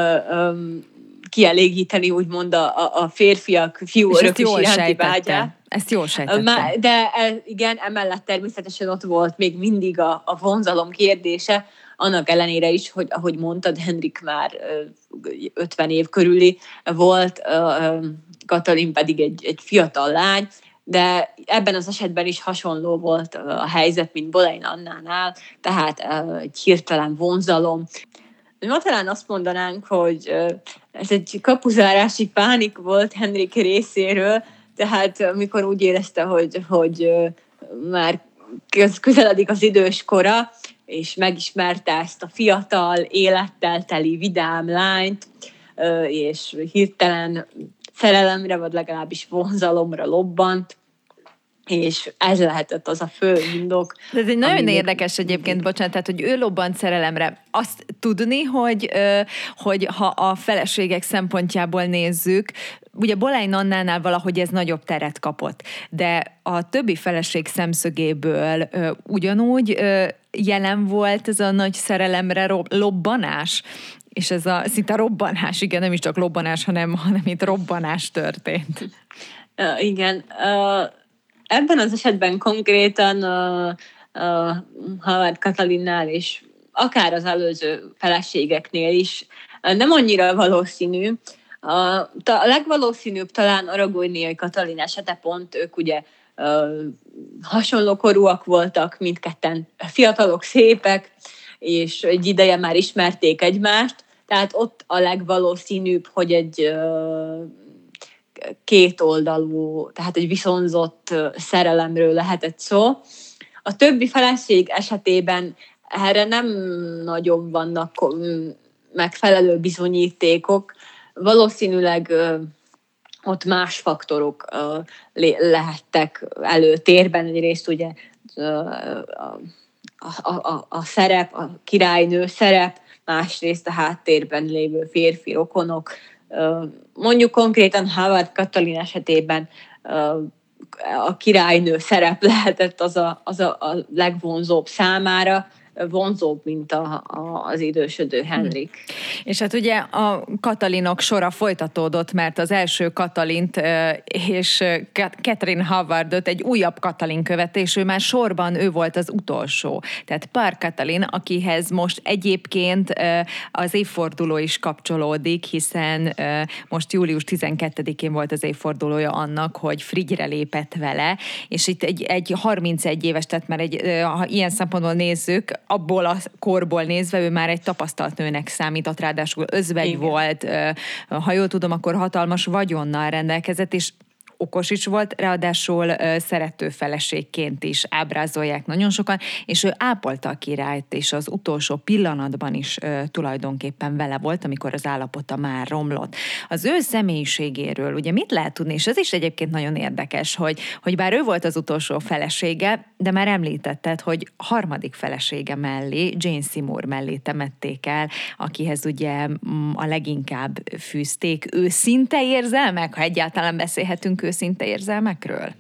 kielégíteni, úgymond a férfiak fiú örökös iránti vágyát. Ezt jól sejtette. De igen, emellett természetesen ott volt még mindig a vonzalom kérdése, annak ellenére is, hogy ahogy mondtad, Henrik már 50 év körüli volt, Katalin pedig egy fiatal lány, de ebben az esetben is hasonló volt a helyzet, mint Boleyn Annánál, tehát egy hirtelen vonzalom. Ma talán azt mondanánk, hogy ez egy kapuzárási pánik volt Henrik részéről, tehát amikor úgy érezte, hogy már közeledik az idős kora, és megismerte ezt a fiatal, élettel teli, vidám lányt, és hirtelen szerelemre, vagy legalábbis vonzalomra lobbant, és ez lehetett az a fő indok. Ez egy nagyon érdekes egyébként, bocsánat, tehát, hogy ő lobbant szerelemre. Azt tudni, hogy ha a feleségek szempontjából nézzük, ugye Boleyn Annánál valahogy ez nagyobb teret kapott, de a többi feleség szemszögéből ugyanúgy jelen volt ez a nagy szerelemre lobbanás, és ez a szinte robbanás, igen, nem is csak lobbanás, hanem itt robbanás történt. Igen, ebben az esetben konkrétan Howard Katalinnál és akár az előző feleségeknél is nem annyira valószínű. A legvalószínűbb talán Aragóniai Katalin esete, pont ők ugye hasonló korúak voltak, mindketten fiatalok, szépek, és egy ideje már ismerték egymást, tehát ott a legvalószínűbb, hogy egy kétoldalú, tehát egy viszonzott szerelemről lehetett szó. A többi feleség esetében erre nem nagyon vannak megfelelő bizonyítékok. Valószínűleg ott más faktorok lehettek előtérben. Egyrészt ugye a szerep, a királynő szerep, másrészt a háttérben lévő férfi rokonok. Mondjuk konkrétan Howard Katalin esetében a királynő szerep lehetett az a legvonzóbb számára, vonzóbb, mint az idősödő Henrik. És hát ugye a Katalinok sora folytatódott, mert az első Katalint és Catherine Howardot egy újabb Katalin követte, és ő már sorban ő volt az utolsó. Tehát Park Katalin, akihez most egyébként az évforduló is kapcsolódik, hiszen most július 12-én volt az évfordulója annak, hogy frigyre lépett vele, és itt egy 31 éves, tehát már ha ilyen szempontból nézzük, abból a korból nézve ő már egy tapasztalt nőnek számított, ráadásul özvegy volt, ha jól tudom, akkor hatalmas vagyonnal rendelkezett, és okos is volt, ráadásul szerető feleségként is ábrázolják nagyon sokan, és ő ápolta a királyt, és az utolsó pillanatban is tulajdonképpen vele volt, amikor az állapota már romlott. Az ő személyiségéről ugye mit lehet tudni, és ez is egyébként nagyon érdekes, hogy bár ő volt az utolsó felesége, de már említetted, hogy harmadik felesége mellé, Jane Seymour mellé temették el, akihez ugye a leginkább fűzték őszinte érzelmek, ha egyáltalán beszélhetünk őszinte érzelmekről?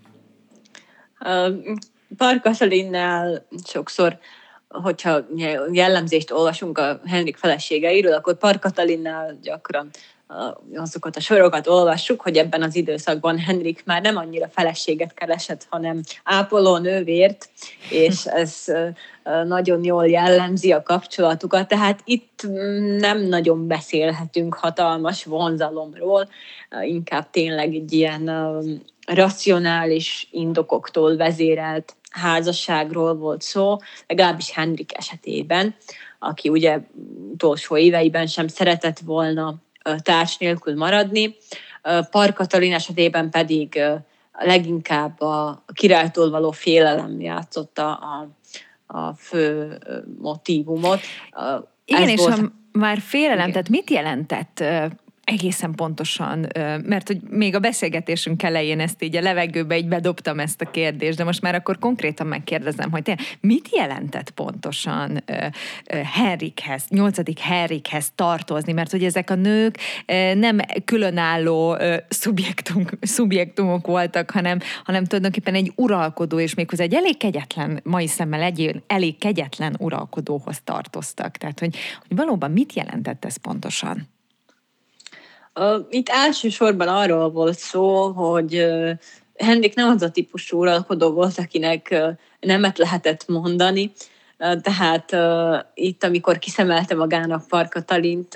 Park Katalinnál sokszor, hogyha jellemzést olvasunk a Henrik feleségeiről, akkor Park Katalinnál gyakran azokat a sorokat olvassuk, hogy ebben az időszakban Henrik már nem annyira feleséget keresett, hanem ápoló nővért, és ez nagyon jól jellemzi a kapcsolatukat, tehát itt nem nagyon beszélhetünk hatalmas vonzalomról, inkább tényleg egy ilyen racionális indokoktól vezérelt házasságról volt szó, legalábbis Henrik esetében, aki ugye utolsó éveiben sem szeretett volna társ nélkül maradni. Park Katalin esetében pedig leginkább a királytól való félelem játszotta a fő motívumot. Igen, és ha már félelem, igen. Tehát mit jelentett egészen pontosan, mert hogy még a beszélgetésünk elején ezt így a levegőbe így bedobtam ezt a kérdést, de most már akkor konkrétan megkérdezem, hogy tényleg mit jelentett pontosan Henrikhez, 8. Henrikhez tartozni, mert hogy ezek a nők nem különálló szubjektumok voltak, hanem tulajdonképpen egy uralkodó, és méghozzá egy elég kegyetlen, mai szemmel egy elég kegyetlen uralkodóhoz tartoztak. Tehát, hogy valóban mit jelentett ez pontosan? Itt elsősorban arról volt szó, hogy Henrik nem az a típusú uralkodó volt, akinek nemet lehetett mondani, tehát itt, amikor kiszemelte magának Park Katalint,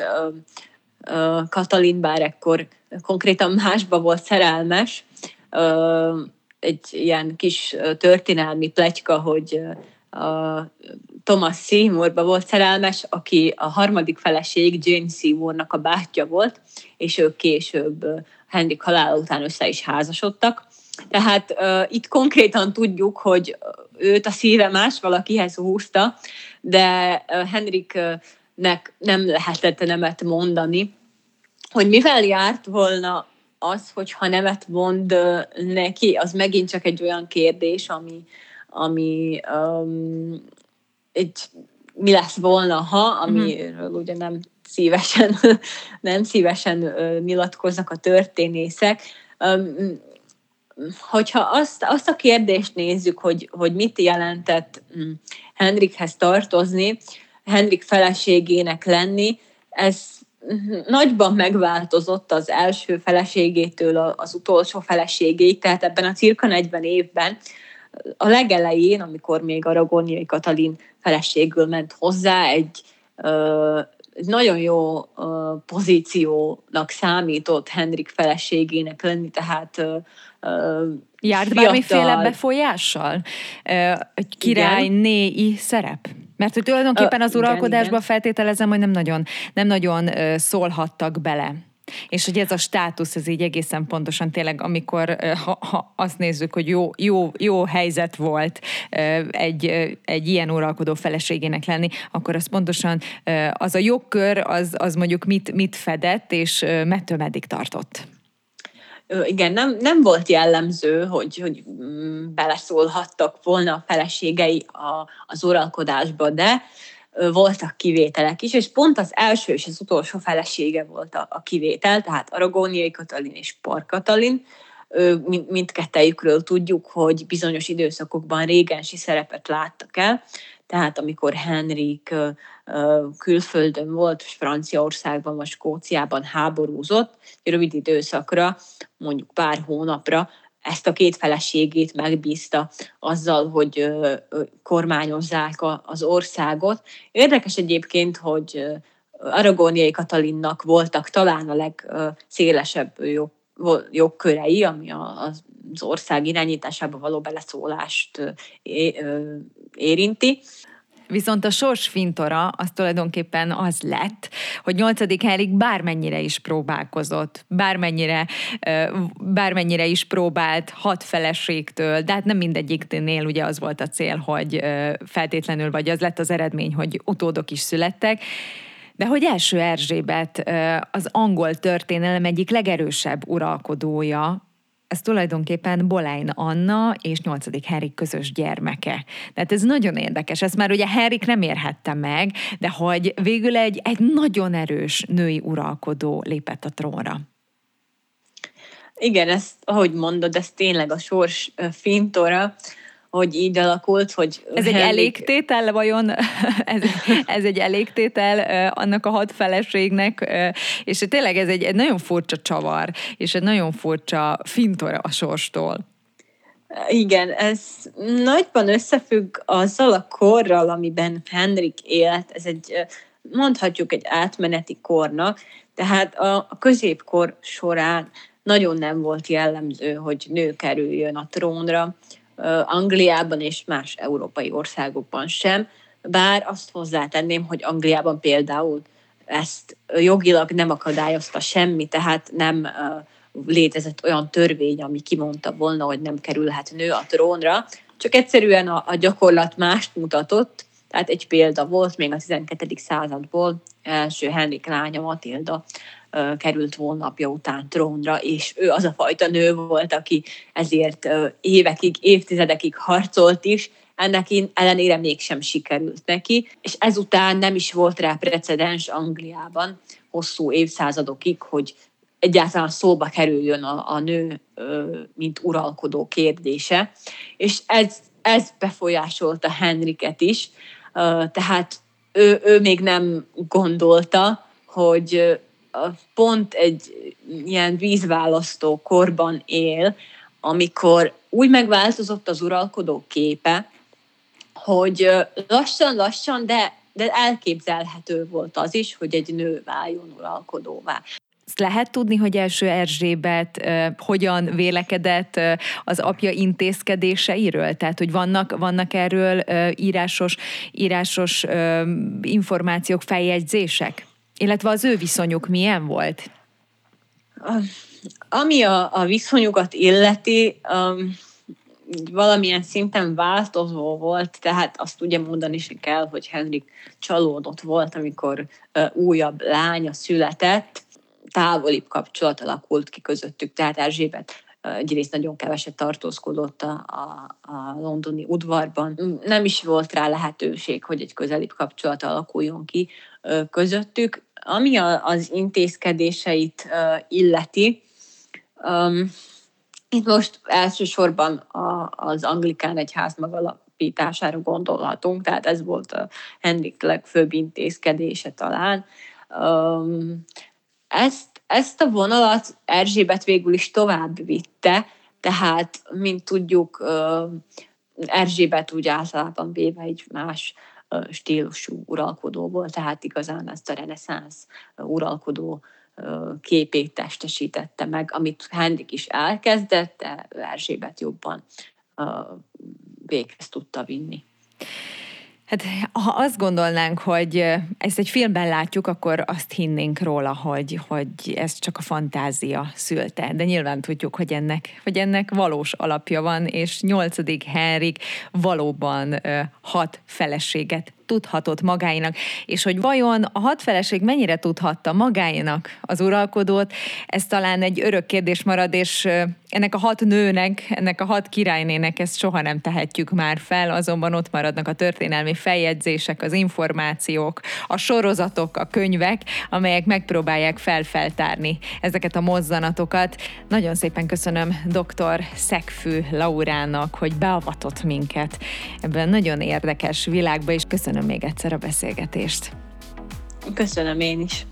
Katalin bár ekkor konkrétan másba volt szerelmes, egy ilyen kis történelmi pletyka, hogy Thomas Seymourba volt szerelmes, aki a harmadik feleség Jane Seymournak a bátyja volt, és ők később Henrik halála után össze is házasodtak. Tehát itt konkrétan tudjuk, hogy őt a szíve más valakihez húzta, de Henriknek nem lehetett nemet mondani. Hogy mivel járt volna az, hogyha nemet mond neki, az megint csak egy olyan kérdés, ami mi lesz volna, amiről ugye nem szívesen nyilatkoznak a történészek. Hogyha azt a kérdést nézzük, hogy mit jelentett Henrikhez tartozni, Henrik feleségének lenni, ez nagyban megváltozott az első feleségétől az utolsó feleségéig, tehát ebben a cirka 40 évben, a legelején, amikor még Aragóniai Katalin feleségül ment hozzá, egy nagyon jó pozíciónak számított Henrik feleségének lenni, tehát járt bármiféle befolyással? Egy királynéi szerep? Mert hogy tulajdonképpen az uralkodásban feltételezem, hogy nem nagyon szólhattak bele. És hogy ez a státusz, ez így egészen pontosan tényleg, amikor ha azt nézzük, hogy jó helyzet volt egy ilyen uralkodó feleségének lenni, akkor az pontosan az a jogkör, az mondjuk mit fedett, és mettől meddig tartott? Igen, nem volt jellemző, hogy beleszólhattak volna a feleségei az uralkodásba, de voltak kivételek is, és pont az első és az utolsó felesége volt a kivétel, tehát Aragóniai Katalin és Park Katalin. Mindkettejükről tudjuk, hogy bizonyos időszakokban régensi szerepet láttak el, tehát amikor Henrik külföldön volt, Franciaországban vagy Skóciában háborúzott, rövid időszakra, mondjuk pár hónapra, ezt a két feleségét megbízta azzal, hogy kormányozzák az országot. Érdekes egyébként, hogy Aragóniai Katalinnak voltak talán a legszélesebb jogkörei, ami az ország irányításába való beleszólást érinti. Viszont a sors fintora az tulajdonképpen az lett, hogy 8. Henrik bármennyire is próbálkozott, bármennyire is próbált 6 feleségtől, de hát nem mindegyiknél ugye az volt a cél, hogy feltétlenül, vagy az lett az eredmény, hogy utódok is születtek, de hogy első Erzsébet az angol történelem egyik legerősebb uralkodója, ez tulajdonképpen Boleyn Anna és 8. Henrik közös gyermeke. Tehát ez nagyon érdekes. Ezt már ugye Henrik nem érhette meg, de hogy végül egy nagyon erős női uralkodó lépett a trónra. Igen, ezt, ahogy mondod, ez tényleg a sors fintora, hogy így alakult, hogy... Ez egy elégtétel, vajon? ez egy elégtétel annak a 6 feleségnek, és tényleg ez egy nagyon furcsa csavar, és egy nagyon furcsa fintora a sorstól. Igen, ez nagyban összefügg azzal a korral, amiben Henrik élt. Ez mondhatjuk egy átmeneti kornak, tehát a középkor során nagyon nem volt jellemző, hogy nő kerüljön a trónra, Angliában és más európai országokban sem, bár azt hozzátenném, hogy Angliában például ezt jogilag nem akadályozta semmi, tehát nem létezett olyan törvény, ami kimondta volna, hogy nem kerülhet nő a trónra, csak egyszerűen a gyakorlat mást mutatott, tehát egy példa volt még a 12. századból, első Henrik lánya Matilda került volna apja után trónra, és ő az a fajta nő volt, aki ezért évekig, évtizedekig harcolt is, ennek ellenére mégsem sikerült neki, és ezután nem is volt rá precedens Angliában hosszú évszázadokig, hogy egyáltalán szóba kerüljön a nő, mint uralkodó kérdése, és ez befolyásolta Henriket is, tehát ő még nem gondolta, hogy pont egy ilyen vízválasztó korban él, amikor úgy megváltozott az uralkodó képe, hogy lassan, de elképzelhető volt az is, hogy egy nő váljon uralkodóvá. Ezt lehet tudni, hogy első Erzsébet hogyan vélekedett az apja intézkedéseiről? Tehát, hogy vannak erről írásos információk, feljegyzések? Illetve az ő viszonyuk milyen volt? Ami a viszonyukat illeti, valamilyen szinten változó volt, tehát azt ugye mondani sem kell, hogy Henrik csalódott volt, amikor újabb lánya született, távolibb kapcsolat alakult ki közöttük, tehát Erzsébet egyrészt nagyon keveset tartózkodott a londoni udvarban. Nem is volt rá lehetőség, hogy egy közelibb kapcsolat alakuljon ki közöttük. Ami az intézkedéseit illeti, itt most elsősorban az anglikán egyház megalapítására gondolhatunk, tehát ez volt a Henrik legfőbb intézkedése talán. Ezt a vonalat Erzsébet végül is tovább vitte, tehát, mint tudjuk, Erzsébet úgy általában véve egy más stílusú uralkodó volt, tehát igazán ezt a reneszánsz uralkodó képét testesítette meg, amit Henrik is elkezdett, de Erzsébet jobban véghez tudta vinni. Hát, ha azt gondolnánk, hogy ezt egy filmben látjuk, akkor azt hinnénk róla, hogy ez csak a fantázia szülte. De nyilván tudjuk, hogy ennek valós alapja van, és 8. Henrik valóban 6 feleséget tudhatott magáinak, és hogy vajon a 6 feleség mennyire tudhatta magáinak az uralkodót, ez talán egy örök kérdés marad, és ennek a 6 nőnek, ennek a 6 királynének ezt soha nem tehetjük már fel, azonban ott maradnak a történelmi feljegyzések, az információk, a sorozatok, a könyvek, amelyek megpróbálják feltárni ezeket a mozzanatokat. Nagyon szépen köszönöm dr. Szegfű Laurának, hogy beavatott minket ebben nagyon érdekes világba, és köszönöm még egyszer a beszélgetést. Köszönöm én is.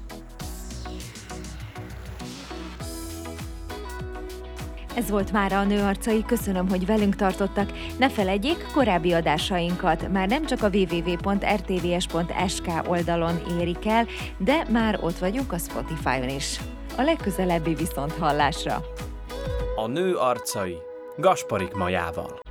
Ez volt mára a Nő arcai, köszönöm, hogy velünk tartottak. Ne feledjék, korábbi adásainkat már nem csak a www.rtvs.sk oldalon érik el, de már ott vagyunk a Spotify-on is. A legközelebbi viszonthallásra. A Nő arcai Gasparik Majával.